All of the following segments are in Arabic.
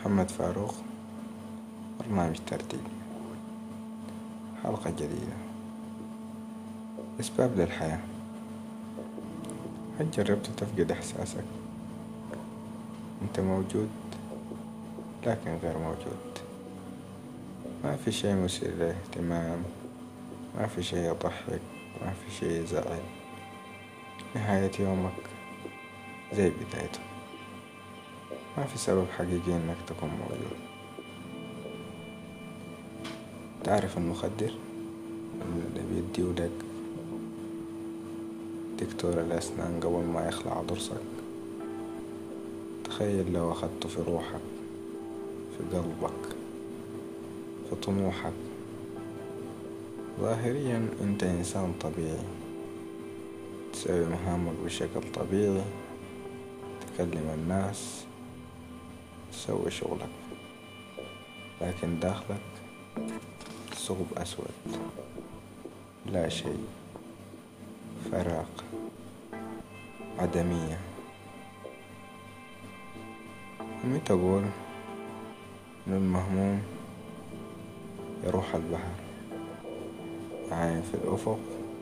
محمد فاروق، برنامج ترتيب، حلقة جديدة. أسباب للحياة. هل جربت تفقد إحساسك؟ أنت موجود لكن غير موجود، ما في شيء مثير للاهتمام، ما في شيء يضحك، ما في شيء يزعل. نهاية يومك زي بدايته، ما في سبب حقيقي إنك تكون موجود. تعرف المخدر اللي بيديولك دكتور الأسنان قبل ما يخلع ضرسك؟ تخيل لو أخدته في روحك، في قلبك، في طموحك. ظاهريا أنت إنسان طبيعي، تسوي مهامك بشكل طبيعي، تكلم الناس، تسوي شغلك، لكن داخلك ثقب أسود، لا شيء، فراغ، عدمية. أمي تقول إن المهموم يروح البحر، يعاين في الأفق،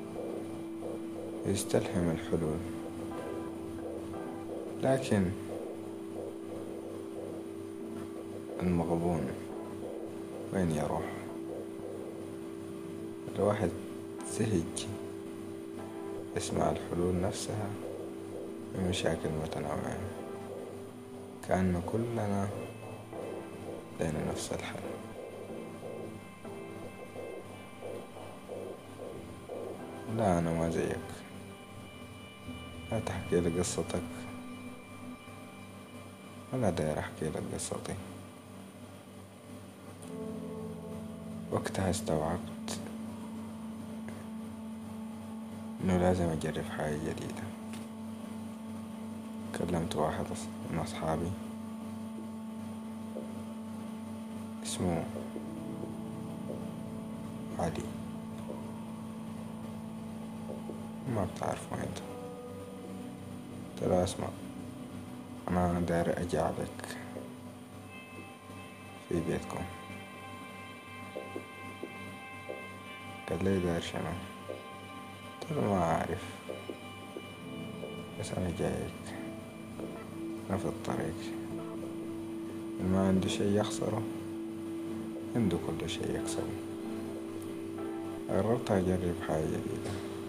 يستلهم الحلول، لكن المغبون وين يروح؟ الواحد زهج يسمع الحلول نفسها بمشاكل متنوعة، كأن كلنا لنا نفس الحل. لا، أنا ما زيك، لا تحكي لي قصتك ولا داير أحكي لك قصتي. وقتها استوعبت إنه لازم أجرب حاجة جديدة. كلمت واحد من أصحابي اسمه علي، ما بتعرفه انت. قلت له اسمع، أنا داير أجي عليك في بيتكم. قال لي داير شنو؟ قلت له ما أعرف، بس أنا جايك، أنا في الطريق، ما عنده شي يخسره عنده كل شي يكسبه. قررت أجرب حاجة جديدة،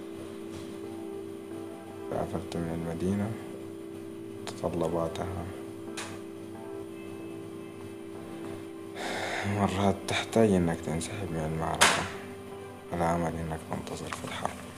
سافرت من المدينة. متطلباتها مرات تحتاج إنك تنسحب من المعركة، والعمل إنك تنتصر في الحرب.